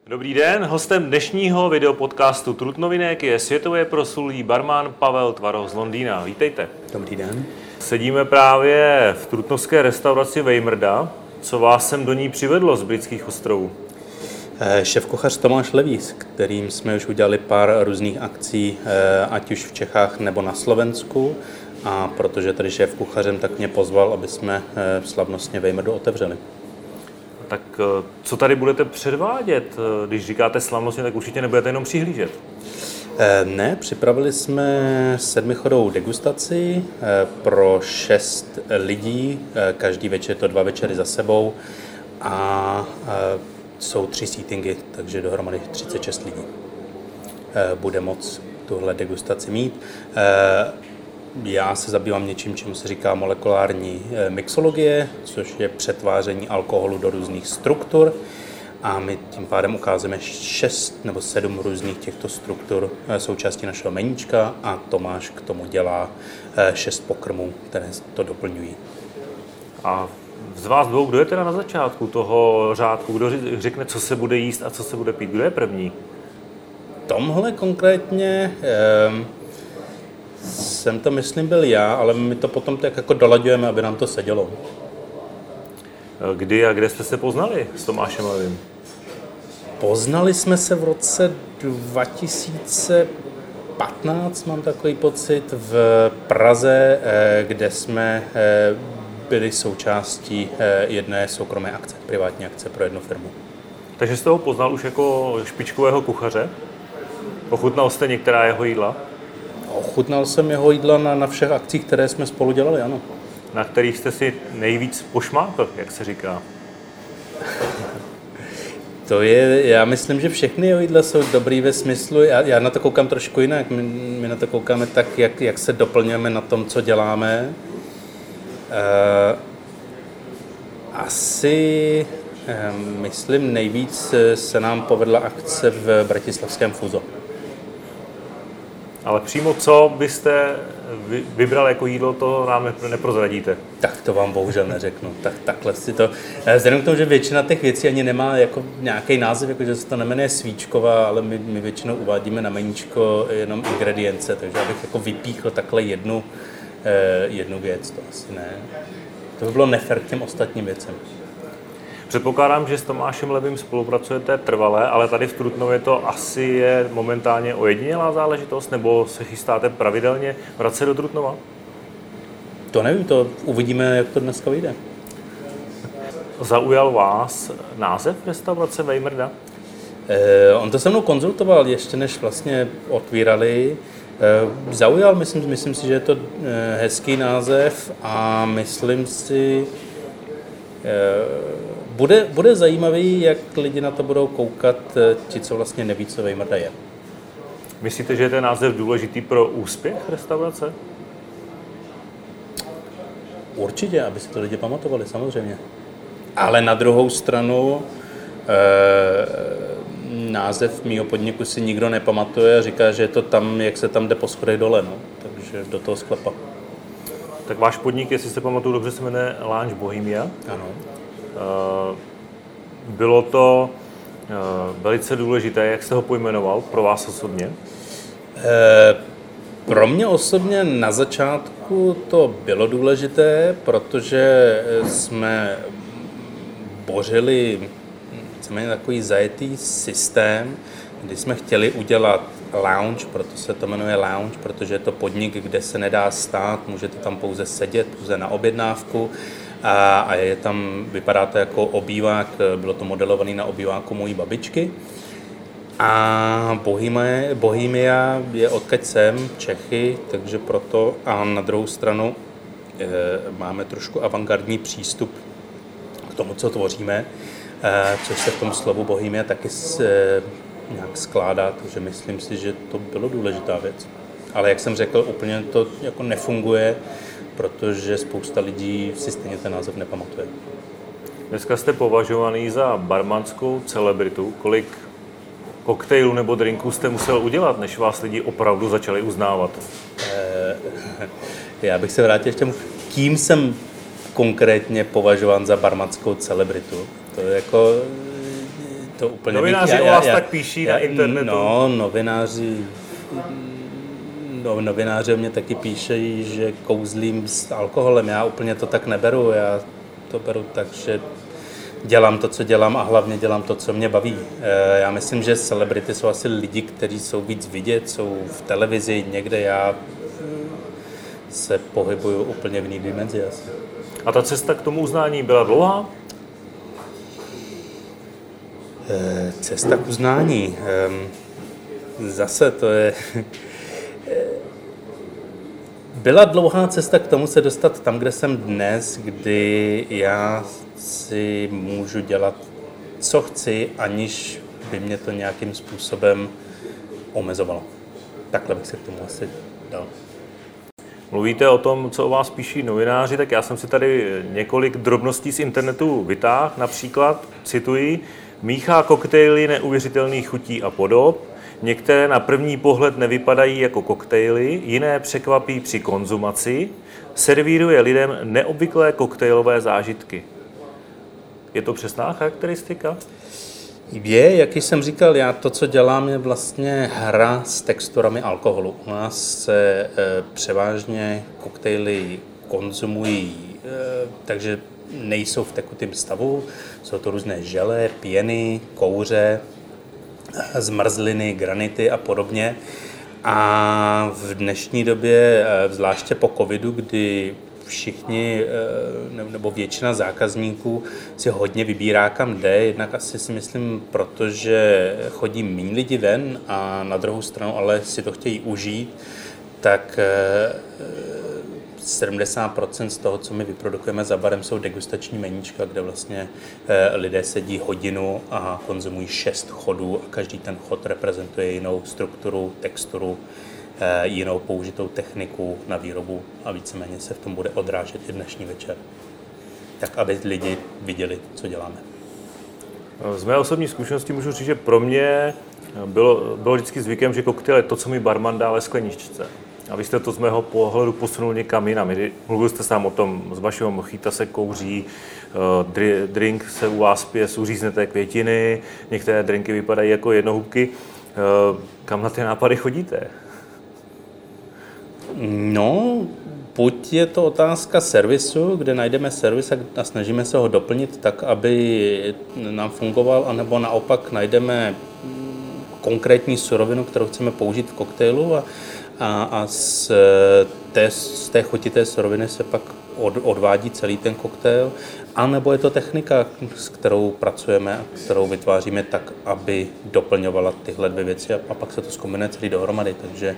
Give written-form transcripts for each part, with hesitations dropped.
Dobrý den, hostem dnešního videopodcastu Trutnovinek je světově proslulý barman Pavel Tvaroch z Londýna. Vítejte. Dobrý den. Sedíme právě v trutnovské restauraci Vejmrda. Co vás sem do ní přivedlo z Britských ostrovů? Šéfkuchař Tomáš Levý, s kterým jsme už udělali pár různých akcí, ať už v Čechách nebo na Slovensku. A protože tady šéfkuchařem, tak mě pozval, aby jsme slavnostně Vejmrdu otevřeli. Tak co tady budete předvádět? Když říkáte slavnostně, tak určitě nebudete jenom přihlížet. Ne, připravili jsme 7chodovou degustaci pro 6 lidí. Každý večer to 2 večery za sebou a jsou 3 seatingy, takže dohromady 36 lidí bude moc tuhle degustaci mít. Já se zabývám něčím, čemu se říká molekulární mixologie, což je přetváření alkoholu do různých struktur. A my tím pádem ukázíme 6 nebo 7 různých těchto struktur součástí našeho meníčka a Tomáš k tomu dělá 6 pokrmů, které to doplňují. A z vás dvou, kdo je teda na začátku toho řádku? Kdo řekne, co se bude jíst a co se bude pít? Kdo je první? Tomhle konkrétně jsem to, myslím, byl já, ale my to potom tak jako dolaďujeme, aby nám to sedělo. Kdy a kde jste se poznali s Tomášem Levým? Poznali jsme se v roce 2015, mám takový pocit, v Praze, kde jsme byli součástí jedné soukromé akce, privátní akce pro jednu firmu. Takže jste ho poznal už jako špičkového kuchaře? Ochutnal jste některá jeho jídla? Ochutnal jsem jeho jídla na všech akcích, které jsme spolu dělali, ano. Na kterých jste si nejvíc pošmákl, jak se říká? To je, já myslím, že všechny jeho jídla jsou dobrý ve smyslu, já na to koukám trošku jinak, my na to koukáme tak, jak se doplňujeme na tom, co děláme. Asi, myslím, nejvíc se nám povedla akce v bratislavském Fuzo. Ale přímo co byste vybral jako jídlo, to nám neprozradíte. Tak to vám bohužel neřeknu. Takhle si to... Vzhledem k tomu, že většina těch věcí ani nemá jako nějaký název, jako že se to nemenuje svíčková, ale my většinou uvádíme na meníčko jenom ingredience, takže abych jako vypíchl takhle jednu věc, to asi ne. To by bylo nefér k těm ostatním věcem. Předpokládám, že s Tomášem Levým spolupracujete trvale, ale tady v Trutnově to asi je momentálně ojedinělá záležitost, nebo se chystáte pravidelně vracet do Trutnova? To nevím, to uvidíme, jak to dneska vyjde. Zaujal vás název restaurace Vejmrda? On to se mnou konzultoval ještě než vlastně otvírali. Zaujal, myslím si, že je to hezký název a myslím si, bude zajímavý, jak lidi na to budou koukat, ti, co vlastně neví, co Vejmrda je. Myslíte, že je ten název důležitý pro úspěch restaurace? Určitě, aby si to lidi pamatovali, samozřejmě. Ale na druhou stranu název mýho podniku si nikdo nepamatuje a říká, že je to tam, jak se tam jde po schodech dole, no. Takže do toho sklepa. Tak váš podnik, jestli se pamatuju dobře, se jmenuje Lounge Bohemia. Ano. Bylo to velice důležité, jak jste ho pojmenoval pro vás osobně? Pro mě osobně na začátku to bylo důležité, protože jsme bořili takový zajetý systém, kdy jsme chtěli udělat lounge, proto se to jmenuje lounge, protože je to podnik, kde se nedá stát, můžete tam pouze sedět, pouze na objednávku a je tam, vypadá to jako obývák, bylo to modelované na obýváku mojí babičky. A Bohemia je odkud jsem, Čechy, takže proto a na druhou stranu máme trošku avantgardní přístup k tomu, co tvoříme, což se v tom slovu Bohemia taky nějak skládá, takže myslím si, že to bylo důležitá věc. Ale jak jsem řekl, úplně to jako nefunguje, protože spousta lidí si stejně ten název nepamatuje. Dneska jste považovaný za barmanskou celebritu. Kolik koktejlů nebo drinků jste musel udělat, než vás lidi opravdu začali uznávat? Já bych se vrátil k tomu, kým jsem konkrétně považován za barmanskou celebritu. To je jako to úplně... Novináři o vás tak píší na internetu. No, novináři o mě taky píšejí, že kouzlím s alkoholem. Já úplně to tak neberu. Já to beru tak, že dělám to, co dělám a hlavně dělám to, co mě baví. Já myslím, že celebrity jsou asi lidi, kteří jsou víc vidět, jsou v televizi někde. Já se pohybuju úplně v jiný dimenzi asi. A ta cesta k tomu uznání byla dlouhá? Cesta k uznání. Zase to je... Byla dlouhá cesta k tomu se dostat tam, kde jsem dnes, kdy já si můžu dělat, co chci, aniž by mě to nějakým způsobem omezovalo. Takhle bych se k tomu asi dal. Mluvíte o tom, co o vás píší novináři, tak já jsem si tady několik drobností z internetu vytáhl. Například, cituji, míchá koktejly neuvěřitelných chutí a podob. Některé na první pohled nevypadají jako koktejly, jiné překvapí při konzumaci. Servíruje lidem neobvyklé koktejlové zážitky. Je to přesná charakteristika? Je, jak jsem říkal, já to, co dělám, je vlastně hra s texturami alkoholu. U nás se převážně koktejly konzumují, takže nejsou v tekutém stavu. Jsou to různé žele, pěny, kouře, zmrzliny, granity a podobně. A v dnešní době, zvláště po covidu, kdy všichni nebo většina zákazníků si hodně vybírá, kam jde, jednak asi si myslím, protože chodí méně lidi ven a na druhou stranu ale si to chtějí užít, tak 70% z toho, co my vyprodukujeme za barem, jsou degustační meníčka, kde vlastně lidé sedí hodinu a konzumují 6 chodů a každý ten chod reprezentuje jinou strukturu, texturu, jinou použitou techniku na výrobu a víceméně se v tom bude odrážet i dnešní večer. Tak, aby lidi viděli, co děláme. Z mé osobní zkušenosti můžu říct, že pro mě bylo vždycky zvykem, že koktejl je to, co mi barman dá ve skleničce. A vy jste to z mého pohledu posunul někam jinam. Mluvil jste sám o tom, z vašeho mochita se kouří, drink se u vás pije z uříznuté květiny, některé drinky vypadají jako jednohubky. Kam na ty nápady chodíte? No, buď je to otázka servisu, kde najdeme servis a snažíme se ho doplnit tak, aby nám fungoval, anebo naopak najdeme konkrétní surovinu, kterou chceme použít v koktejlu a z té chuti té suroviny se pak odvádí celý ten koktejl, anebo je to technika, s kterou pracujeme a kterou vytváříme tak, aby doplňovala tyhle dvě věci a pak se to zkombinuje celý dohromady. Takže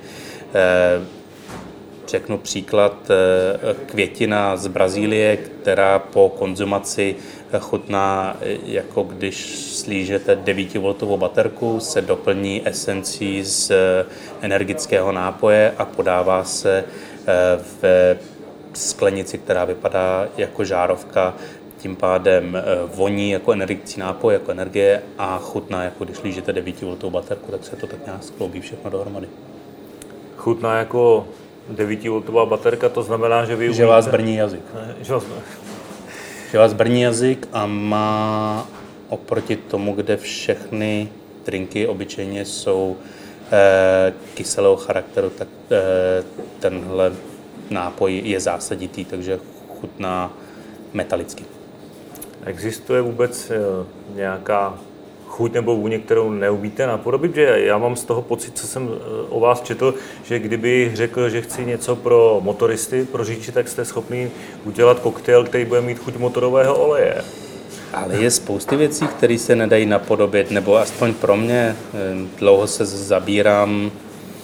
řeknu příklad, květina z Brazílie, která po konzumaci chutná, jako když slížete 9V baterku, se doplní esencí z energického nápoje a podává se v sklenici, která vypadá jako žárovka, tím pádem voní jako energický nápoj, jako energie a chutná, jako když slížete 9V baterku, tak se to tak nějak skloubí všechno dohromady. Chutná jako 9V baterka, to znamená, že vy umíte... Že vás brní jazyk. Že vás brní jazyk a má oproti tomu, kde všechny drinky obyčejně jsou kyselého charakteru, tak tenhle nápoj je zásaditý, takže chutná metalicky. Existuje vůbec nějaká chuť nebo vůně, kterou neumíte napodobit? Že já mám z toho pocit, co jsem o vás četl, že kdyby řekl, že chci něco pro motoristy, pro řidiče, tak jste schopný udělat koktejl, který bude mít chuť motorového oleje. Ale je spousty věcí, které se nedají napodobit, nebo aspoň pro mě. Dlouho se zabírám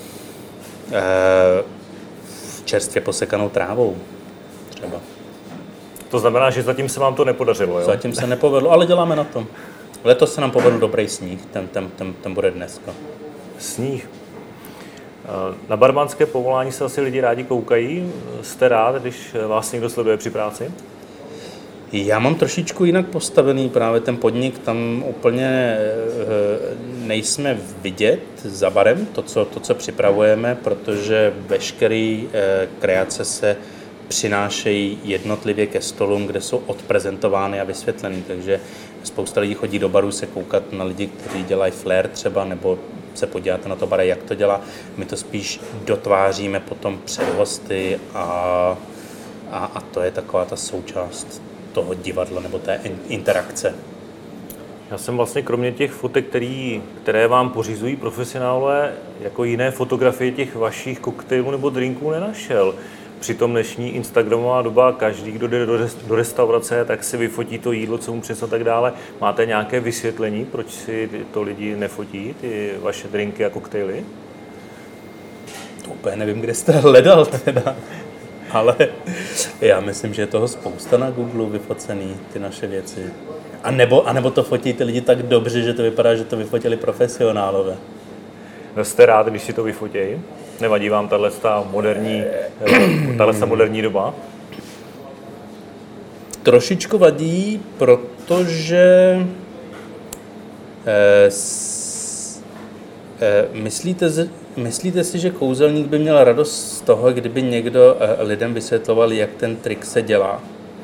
čerstvě posekanou trávou třeba. To znamená, že zatím se vám to nepodařilo, jo? Zatím se nepovedlo, ale děláme na tom. Letos se nám povedl dobrý sníh, ten bude dneska. Sníh. Na barmanské povolání se asi lidi rádi koukají. Jste rád, když vás někdo sleduje při práci? Já mám trošičku jinak postavený právě ten podnik, tam úplně nejsme vidět za barem, to, co připravujeme, protože veškeré kreace se přinášejí jednotlivě ke stolům, kde jsou odprezentovány a vysvětleny. Takže spousta lidí chodí do baru se koukat na lidi, kteří dělají flair třeba, nebo se podívat na to bar, jak to dělá. My to spíš dotváříme potom před hosty a to je taková ta součást toho divadla nebo té interakce. Já jsem vlastně kromě těch fotek, které vám pořizují profesionálové, jako jiné fotografie těch vašich koktejlů nebo drinků nenašel. Přitom dnešní instagramová doba, každý, kdo jde do restaurace, tak si vyfotí to jídlo, co mu přes a tak dále. Máte nějaké vysvětlení, proč si to lidi nefotí, ty vaše drinky a koktejly? To úplně nevím, kde jste hledal teda. Ale já myslím, že je toho spousta na Google vyfocený, ty naše věci. A nebo to fotí ty lidi tak dobře, že to vypadá, že to vyfotili profesionálové. Jste rád, když si to vyfotějí? Nevadí vám tahle moderní doba? Trošičku vadí, protože myslíte si, že kouzelník by měl radost z toho, kdyby někdo lidem vysvětloval, jak ten trik se dělá?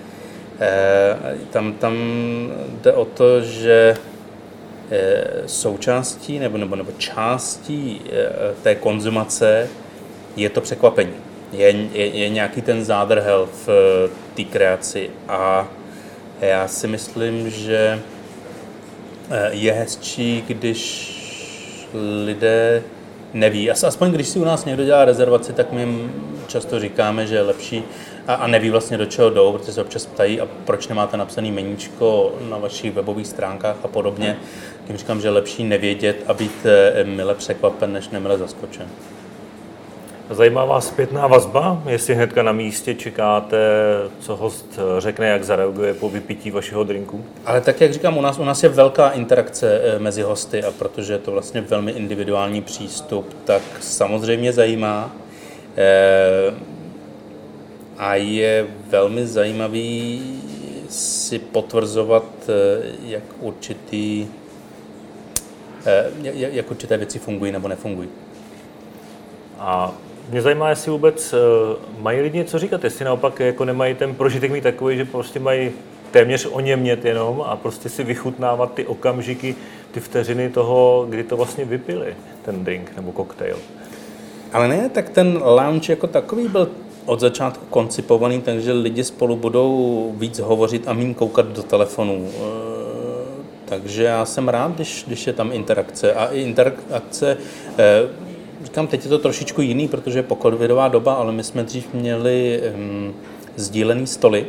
Tam jde o to, že součástí nebo částí té konzumace je to překvapení. Je nějaký ten zádrhel v té kreaci a já si myslím, že je hezčí, když lidé neví. Aspoň když si u nás někdo dělá rezervaci, tak my jim často říkáme, že je lepší a neví vlastně, do čeho jdou, protože se občas ptají, a proč nemáte napsaný meníčko na vašich webových stránkách a podobně. Tím říkám, že je lepší nevědět a být mile překvapen, než nemile zaskočen. Zajímá vás zpětná vazba, jestli hnedka na místě čekáte, co host řekne, jak zareaguje po vypití vašeho drinku? Ale tak, jak říkám, u nás je velká interakce mezi hosty a protože je to vlastně velmi individuální přístup, tak samozřejmě zajímá. A je velmi zajímavý si potvrzovat, jak určité věci fungují nebo nefungují. A mě zajímá, jestli vůbec mají lidi něco říkat, jestli naopak jako nemají ten prožitek mít takový, že prostě mají téměř oněmět jenom a prostě si vychutnávat ty okamžiky, ty vteřiny toho, kdy to vlastně vypili, ten drink nebo koktejl. Ale ne, tak ten lounge jako takový byl od začátku koncipovaný, takže lidi spolu budou víc hovořit a méně koukat do telefonů. Takže já jsem rád, když je tam interakce. A i interakce, říkám, teď je to trošičku jiný, protože je pocovidová doba, ale my jsme dřív měli sdílený stoly.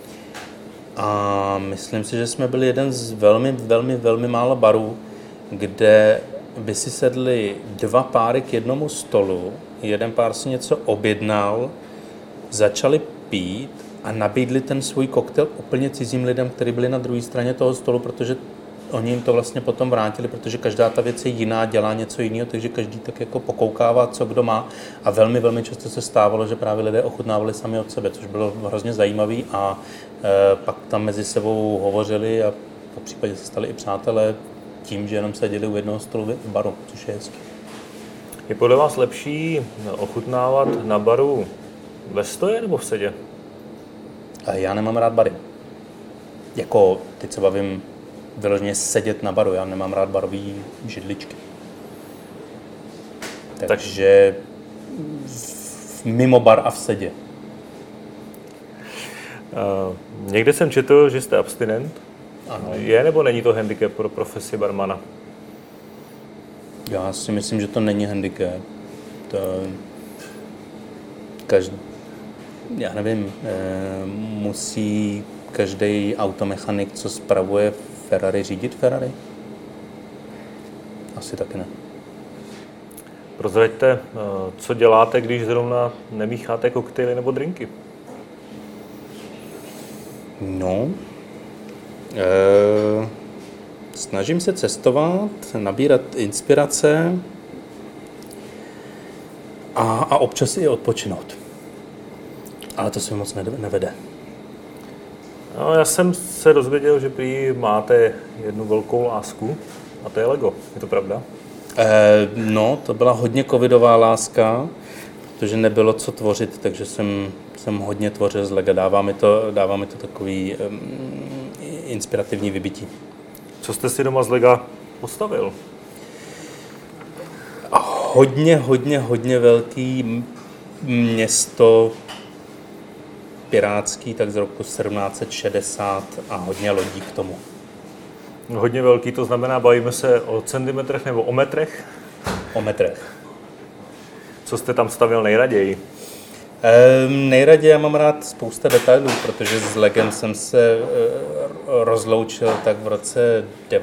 A myslím si, že jsme byli jeden z velmi málo barů, kde by si sedli dva páry k jednomu stolu, jeden pár si něco objednal, začali pít a nabídli ten svůj koktejl úplně cizím lidem, kteří byli na druhé straně toho stolu, protože oni jim to vlastně potom vrátili, protože každá ta věc je jiná, dělá něco jiného, takže každý tak jako pokoukává, co kdo má. A velmi často se stávalo, že právě lidé ochutnávali sami od sebe, což bylo hrozně zajímavý a pak tam mezi sebou hovořili a po případě se stali i přátelé tím, že jenom seděli u jednoho stolu v baru, což je hezký. Je podle vás lepší ochutnávat na baru ve stoje nebo v sedě? Já nemám rád bary. Jako, teď se bavím vyloženě sedět na baru, já nemám rád barový židličky. Takže mimo bar a v sedě. Někde jsem četl, že jste abstinent. Ano. Je nebo není to handicap pro profesi barmana? Já si myslím, že to není handicap. Já nevím, musí každý automechanik, co spravuje Ferrari, řídit Ferrari? Asi taky ne. Prozraďte, co děláte, když zrovna nemícháte koktejly nebo drinky? No, snažím se cestovat, nabírat inspirace a občas i odpočinout. Ale to se mi moc nevede. No, já jsem se dozvěděl, že prý máte jednu velkou lásku a to je Lego. Je to pravda? No, to byla hodně covidová láska, protože nebylo co tvořit, takže jsem hodně tvořil z Lega. Dává mi to takový inspirativní vybití. Co jste si doma z Lega postavil? Hodně velký město pirátský, tak z roku 1760 a hodně lodí k tomu. Hodně velký, to znamená, bavíme se o centimetrech nebo o metrech? O metrech. Co jste tam stavil nejraději? Nejraději já mám rád spousta detailů, protože s Legem jsem se rozloučil tak v roce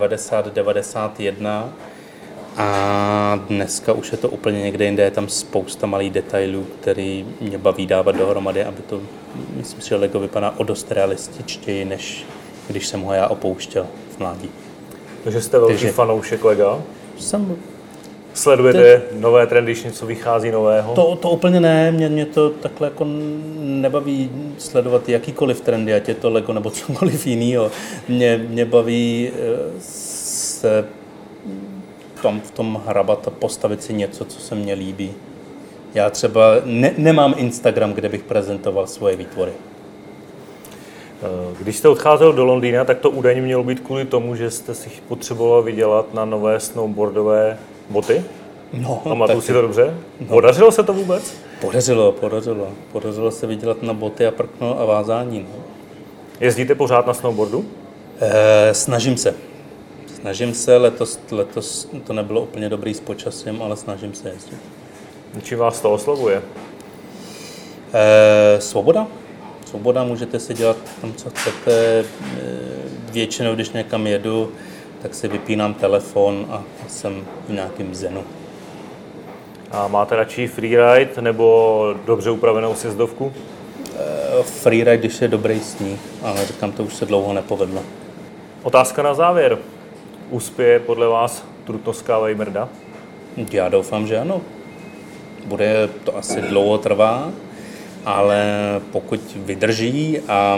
90-91 a dneska už je to úplně někde jinde, je tam spousta malých detailů, který mě baví dávat dohromady, aby to, myslím si, že Lego vypadá o dost realističtěji, než když jsem ho já opouštěl v mládí. Takže jste velký fanoušek Lega? Jsem... Sledujete nové trendy, když něco vychází nového? To úplně ne, mě to takhle jako nebaví sledovat jakýkoliv trendy, ať je to Lego nebo cokoliv jinýho. Mě baví se v tom hrabat a postavit si něco, co se mně líbí. Já třeba nemám Instagram, kde bych prezentoval svoje výtvory. Když jste odcházel do Londýna, tak to údajně mělo být kvůli tomu, že jste si potřeboval vydělat na nové snowboardové boty? No, pamatuju si to dobře? No. Podařilo se to vůbec? Podařilo se vydělat na boty a prkno a vázání. No. Jezdíte pořád na snowboardu? Snažím se, letos to nebylo úplně dobrý s počasím, ale snažím se jezdit. Čím vás to oslovuje? Svoboda, můžete si dělat tam, co chcete. Většinou, když někam jedu, tak si vypínám telefon a jsem v nějakém zenu. A máte radši freeride nebo dobře upravenou sjezdovku? Freeride, když je dobrý sníh, ale říkám, to už se dlouho nepovedlo. Otázka na závěr. Uspěje podle vás Trutnovská Vejmrda? Já doufám, že ano. Bude to asi dlouho trvá, ale pokud vydrží a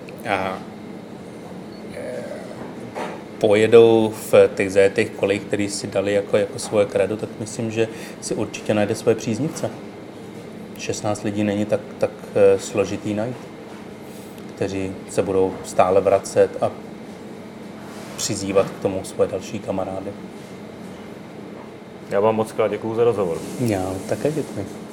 pojedou v těch zajetých kolejích, které si dali jako svoje kredo, tak myslím, že si určitě najde svoje příznivce. 16 lidí není tak složitý najít, kteří se budou stále vracet a přizývat k tomu svoje další kamarády. Já vám moc krát děkuju za rozhovor. Já také děkuji.